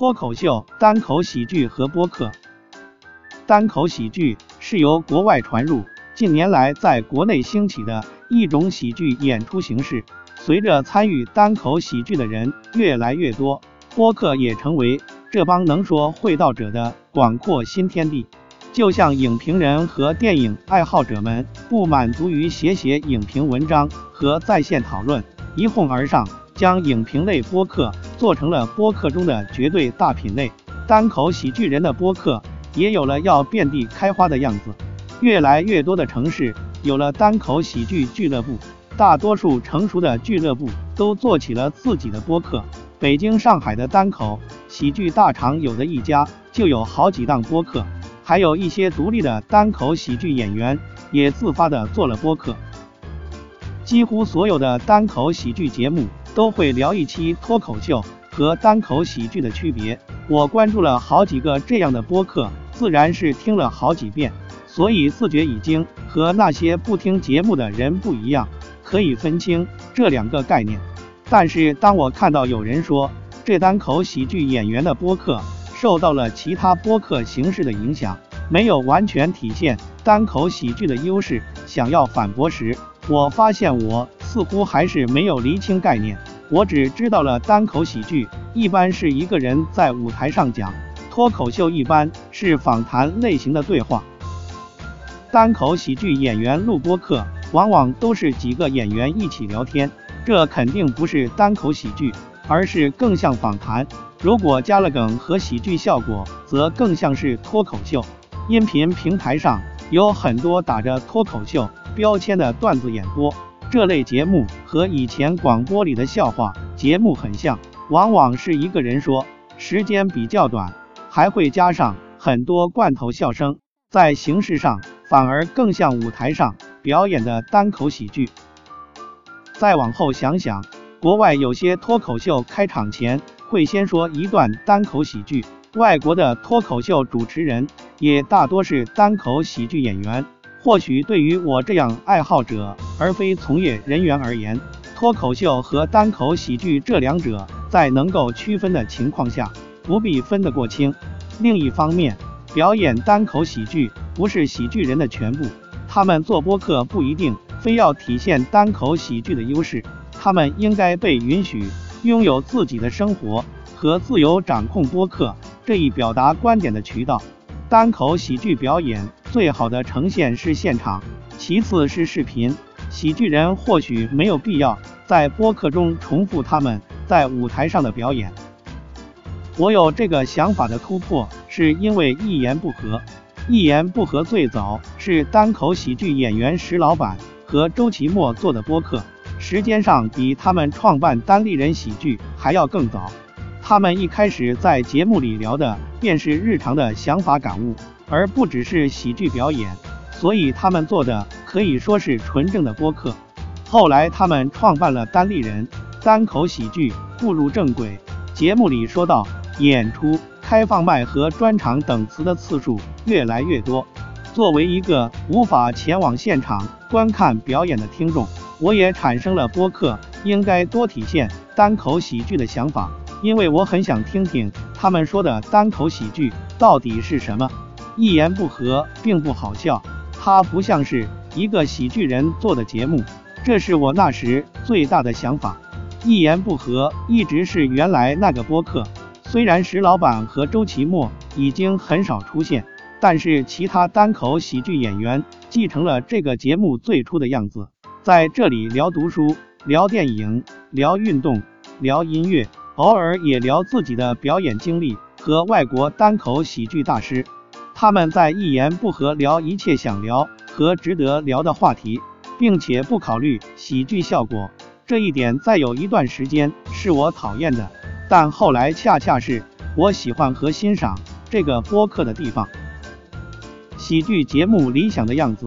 脱口秀、单口喜剧和播客。单口喜剧是由国外传入，近年来在国内兴起的一种喜剧演出形式。随着参与单口喜剧的人越来越多，播客也成为这帮能说会道者的广阔新天地。就像影评人和电影爱好者们不满足于写影评文章和在线讨论，一哄而上，将影评类播客做成了播客中的绝对大品类。单口喜剧人的播客也有了要遍地开花的样子。越来越多的城市有了单口喜剧俱乐部，大多数成熟的俱乐部都做起了自己的播客。北京、上海的单口喜剧大厂有的一家就有好几档播客，还有一些独立的单口喜剧演员也自发地做了播客。几乎所有的单口喜剧节目都会聊一期脱口秀和单口喜剧的区别。我关注了好几个这样的播客，自然是听了好几遍，所以自觉已经和那些不听节目的人不一样，可以分清这两个概念。但是当我看到有人说这单口喜剧演员的播客受到了其他播客形式的影响，没有完全体现单口喜剧的优势，想要反驳时，我发现我似乎还是没有厘清概念。我只知道了单口喜剧一般是一个人在舞台上讲，脱口秀一般是访谈类型的对话。单口喜剧演员录播客往往都是几个演员一起聊天，这肯定不是单口喜剧，而是更像访谈。如果加了梗和喜剧效果，则更像是脱口秀。音频平台上有很多打着脱口秀标签的段子演播，这类节目和以前广播里的笑话节目很像，往往是一个人说，时间比较短，还会加上很多罐头笑声，在形式上反而更像舞台上表演的单口喜剧。再往后想想，国外有些脱口秀开场前会先说一段单口喜剧，外国的脱口秀主持人也大多是单口喜剧演员。或许对于我这样爱好者而非从业人员而言，脱口秀和单口喜剧这两者在能够区分的情况下，不必分得过清。另一方面，表演单口喜剧不是喜剧人的全部，他们做播客不一定非要体现单口喜剧的优势，他们应该被允许拥有自己的生活和自由掌控播客这一表达观点的渠道。单口喜剧表演最好的呈现是现场，其次是视频。喜剧人或许没有必要在播客中重复他们在舞台上的表演。我有这个想法的突破是因为一言不合。一言不合最早是单口喜剧演员石老板和周奇墨做的播客，时间上比他们创办单立人喜剧还要更早。他们一开始在节目里聊的便是日常的想法感悟，而不只是喜剧表演，所以他们做的可以说是纯正的播客。后来他们创办了单立人，单口喜剧步入正轨，节目里说到演出、开放麦和专场等词的次数越来越多。作为一个无法前往现场观看表演的听众，我也产生了播客应该多体现单口喜剧的想法，因为我很想听听他们说的单口喜剧到底是什么。一言不合并不好笑，它不像是一个喜剧人做的节目，这是我那时最大的想法。一言不合一直是原来那个播客，虽然石老板和周奇墨已经很少出现，但是其他单口喜剧演员继承了这个节目最初的样子，在这里聊读书、聊电影、聊运动、聊音乐，偶尔也聊自己的表演经历和外国单口喜剧大师。他们在一言不合聊一切想聊和值得聊的话题，并且不考虑喜剧效果。这一点在有一段时间是我讨厌的，但后来恰恰是我喜欢和欣赏这个播客的地方。喜剧节目理想的样子。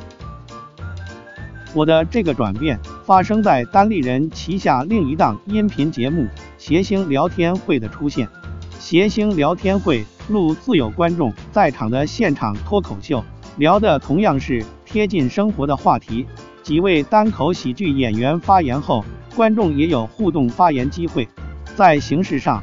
我的这个转变发生在单立人旗下另一档音频节目谐星聊天会的出现。谐星聊天会录自有观众在场的现场脱口秀，聊的同样是贴近生活的话题。几位单口喜剧演员发言后，观众也有互动发言机会。在形式上，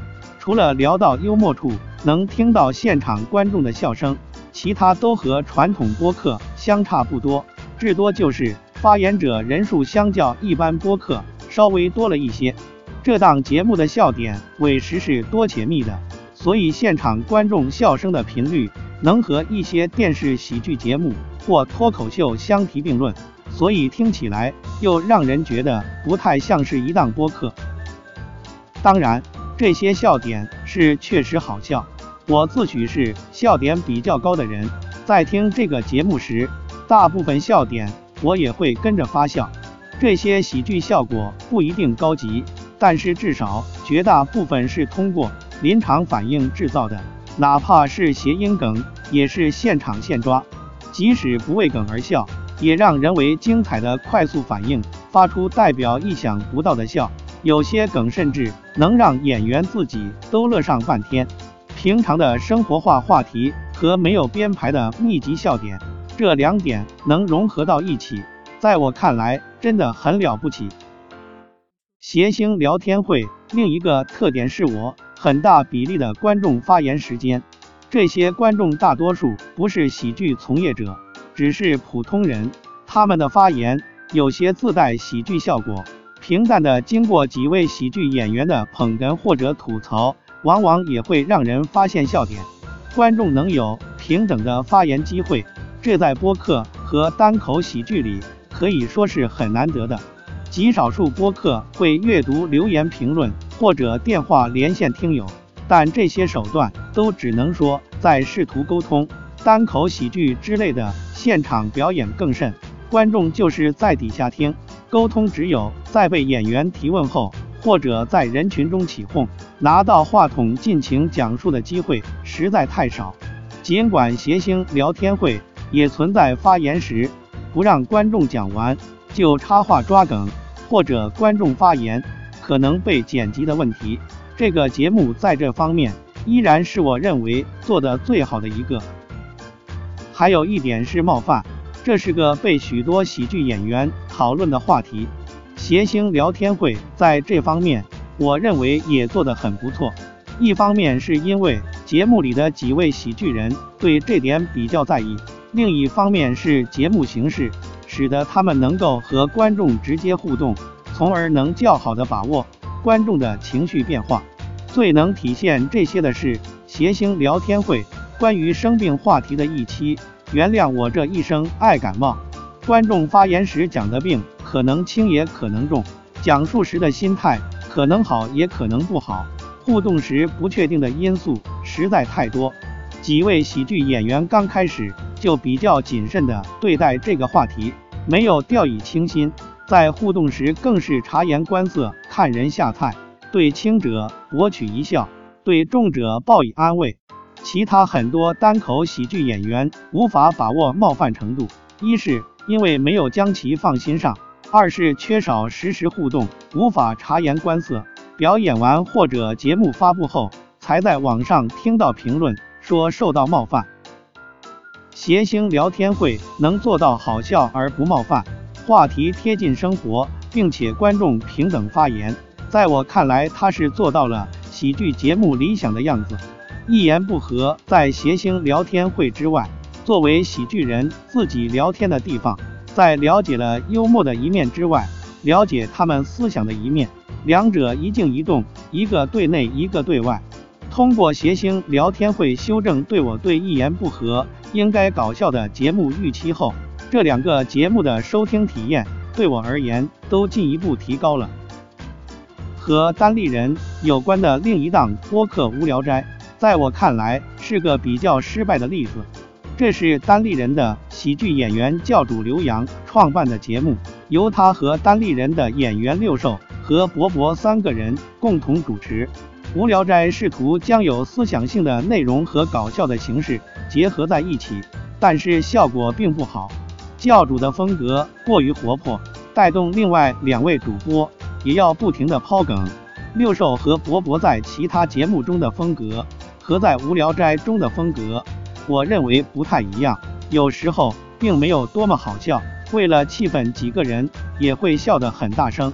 除了聊到幽默处能听到现场观众的笑声，其他都和传统播客相差不多，至多就是发言者人数相较一般播客稍微多了一些。这档节目的笑点委实是多且密的，所以现场观众笑声的频率能和一些电视喜剧节目或脱口秀相提并论，所以听起来又让人觉得不太像是一档播客。当然，这些笑点是确实好笑，我自诩是笑点比较高的人，在听这个节目时，大部分笑点我也会跟着发笑。这些喜剧效果不一定高级，但是至少绝大部分是通过临场反应制造的，哪怕是谐音梗也是现场现抓，即使不为梗而笑，也让人为精彩的快速反应发出代表意想不到的笑，有些梗甚至能让演员自己都乐上半天。平常的生活化话题和没有编排的密集笑点，这两点能融合到一起，在我看来真的很了不起。谐星聊天会另一个特点是我很大比例的观众发言时间，这些观众大多数不是喜剧从业者，只是普通人，他们的发言有些自带喜剧效果，平淡的经过几位喜剧演员的捧哏或者吐槽，往往也会让人发现笑点。观众能有平等的发言机会，这在播客和单口喜剧里可以说是很难得的。极少数播客会阅读留言评论或者电话连线听友，但这些手段都只能说在试图沟通。单口喜剧之类的现场表演更甚，观众就是在底下听，沟通只有在被演员提问后，或者在人群中起哄，拿到话筒尽情讲述的机会实在太少。尽管谐星聊天会也存在发言时不让观众讲完就插话抓梗，或者观众发言可能被剪辑的问题，这个节目在这方面依然是我认为做的最好的一个。还有一点是冒犯，这是个被许多喜剧演员讨论的话题。谐星聊天会在这方面我认为也做得很不错，一方面是因为节目里的几位喜剧人对这点比较在意，另一方面是节目形式使得他们能够和观众直接互动，从而能较好地把握观众的情绪变化。最能体现这些的是谐星聊天会关于生病话题的一期，原谅我这一生爱感冒。观众发言时讲的病可能轻也可能重，讲述时的心态可能好也可能不好，互动时不确定的因素实在太多。几位喜剧演员刚开始就比较谨慎地对待这个话题，没有掉以轻心，在互动时更是察言观色，看人下菜，对轻者博取一笑，对重者报以安慰。其他很多单口喜剧演员无法把握冒犯程度，一是因为没有将其放心上，二是缺少实时互动，无法察言观色，表演完或者节目发布后才在网上听到评论说受到冒犯。谐星聊天会能做到好笑而不冒犯，话题贴近生活，并且观众平等发言，在我看来他是做到了喜剧节目理想的样子。一言不合在谐星聊天会之外，作为喜剧人自己聊天的地方，在了解了幽默的一面之外，了解他们思想的一面，两者一静一动，一个对内一个对外。通过谐星聊天会修正对我对一言不合应该搞笑的节目预期后，这两个节目的收听体验对我而言都进一步提高了。和单立人有关的另一档播客无聊斋，在我看来是个比较失败的例子。这是单立人的喜剧演员教主刘洋创办的节目，由他和单立人的演员六兽和博博三个人共同主持。无聊斋试图将有思想性的内容和搞笑的形式结合在一起，但是效果并不好。教主的风格过于活泼，带动另外两位主播也要不停地抛梗。六兽和博博在其他节目中的风格和在无聊斋中的风格，我认为不太一样，有时候并没有多么好笑，为了气氛几个人也会笑得很大声。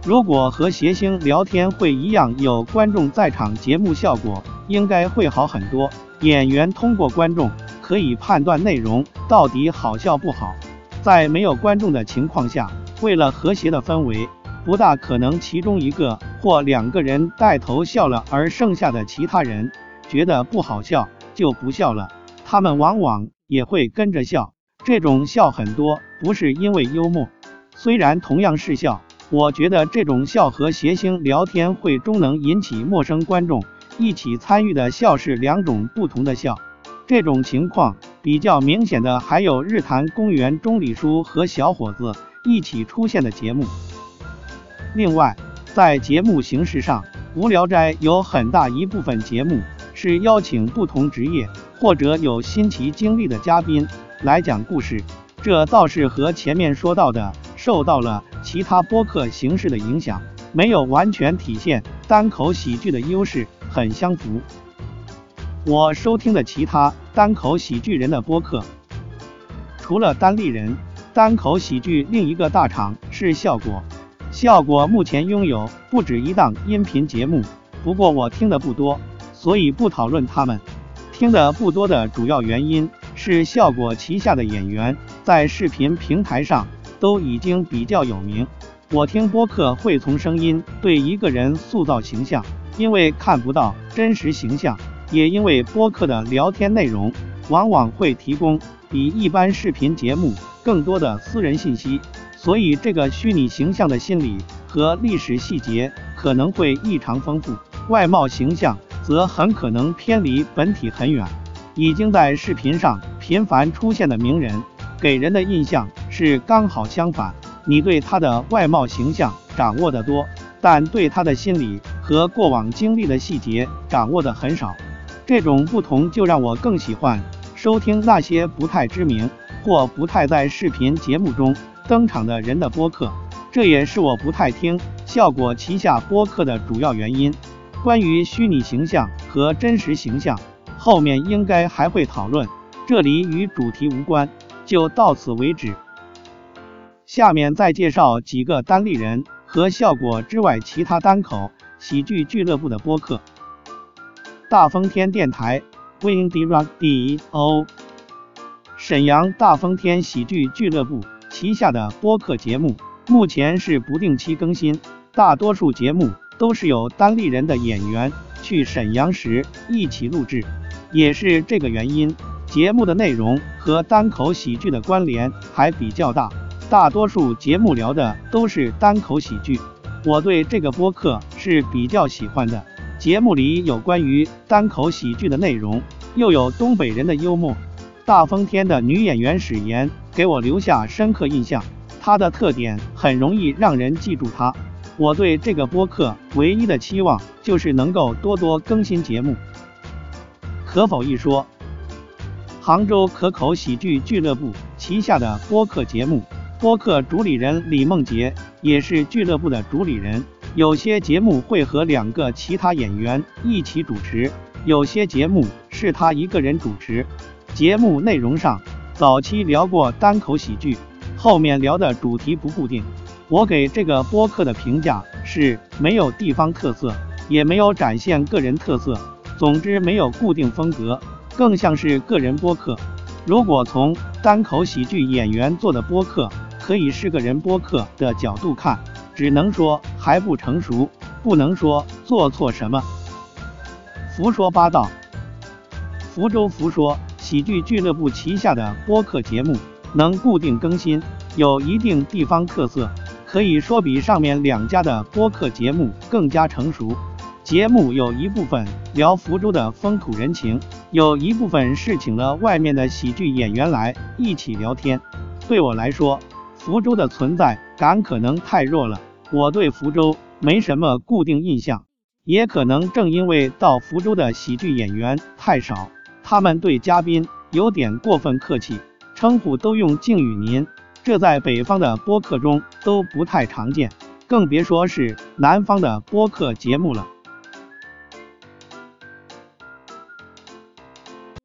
如果和谐星聊天会一样有观众在场，节目效果应该会好很多。演员通过观众可以判断内容到底好笑不好。在没有观众的情况下，为了和谐的氛围，不大可能其中一个或两个人带头笑了，而剩下的其他人觉得不好笑就不笑了，他们往往也会跟着笑。这种笑很多不是因为幽默，虽然同样是笑，我觉得这种笑和谐星聊天会中能引起陌生观众一起参与的笑是两种不同的笑。这种情况比较明显的还有日坛公园中李叔和小伙子一起出现的节目。另外，在节目形式上，无聊斋有很大一部分节目是邀请不同职业或者有新奇经历的嘉宾来讲故事，这倒是和前面说到的受到了其他播客形式的影响，没有完全体现单口喜剧的优势，很相符。我收听的其他单口喜剧人的播客，除了单立人，单口喜剧另一个大厂是效果。效果目前拥有不止一档音频节目，不过我听的不多，所以不讨论他们。听的不多的主要原因是效果旗下的演员在视频平台上都已经比较有名。我听播客会从声音对一个人塑造形象，因为看不到真实形象，也因为播客的聊天内容往往会提供比一般视频节目更多的私人信息，所以这个虚拟形象的心理和历史细节可能会异常丰富，外貌形象则很可能偏离本体很远。已经在视频上频繁出现的名人，给人的印象是刚好相反，你对他的外貌形象掌握得多，但对他的心理和过往经历的细节掌握的很少。这种不同就让我更喜欢收听那些不太知名或不太在视频节目中登场的人的播客，这也是我不太听效果旗下播客的主要原因。关于虚拟形象和真实形象，后面应该还会讨论，这里与主题无关，就到此为止。下面再介绍几个单立人和效果之外其他单口喜剧俱乐部的播客。大风天电台 Windy Radio， 沈阳大风天喜剧俱乐部旗下的播客节目，目前是不定期更新，大多数节目都是有单立人的演员去沈阳时一起录制，也是这个原因，节目的内容和单口喜剧的关联还比较大，大多数节目聊的都是单口喜剧，我对这个播客是比较喜欢的。节目里有关于单口喜剧的内容，又有东北人的幽默。大风天的女演员史岩给我留下深刻印象，她的特点很容易让人记住她。我对这个播客唯一的期望就是能够多多更新节目。可否一说，杭州可口喜剧俱乐部旗下的播客节目，播客主理人李梦洁也是俱乐部的主理人，有些节目会和2个其他演员一起主持，有些节目是他一个人主持。节目内容上，早期聊过单口喜剧，后面聊的主题不固定。我给这个播客的评价是没有地方特色，也没有展现个人特色，总之没有固定风格，更像是个人播客。如果从单口喜剧演员做的播客可以是个人播客的角度看，只能说还不成熟，不能说做错什么。胡说八道，福州福说喜剧俱乐部旗下的播客节目能固定更新，有一定地方特色，可以说比上面2家的播客节目更加成熟。节目有一部分聊福州的风土人情，有一部分是请了外面的喜剧演员来一起聊天。对我来说，福州的存在感可能太弱了，我对福州没什么固定印象，也可能正因为到福州的喜剧演员太少，他们对嘉宾有点过分客气，称呼都用敬语您，这在北方的播客中都不太常见，更别说是南方的播客节目了。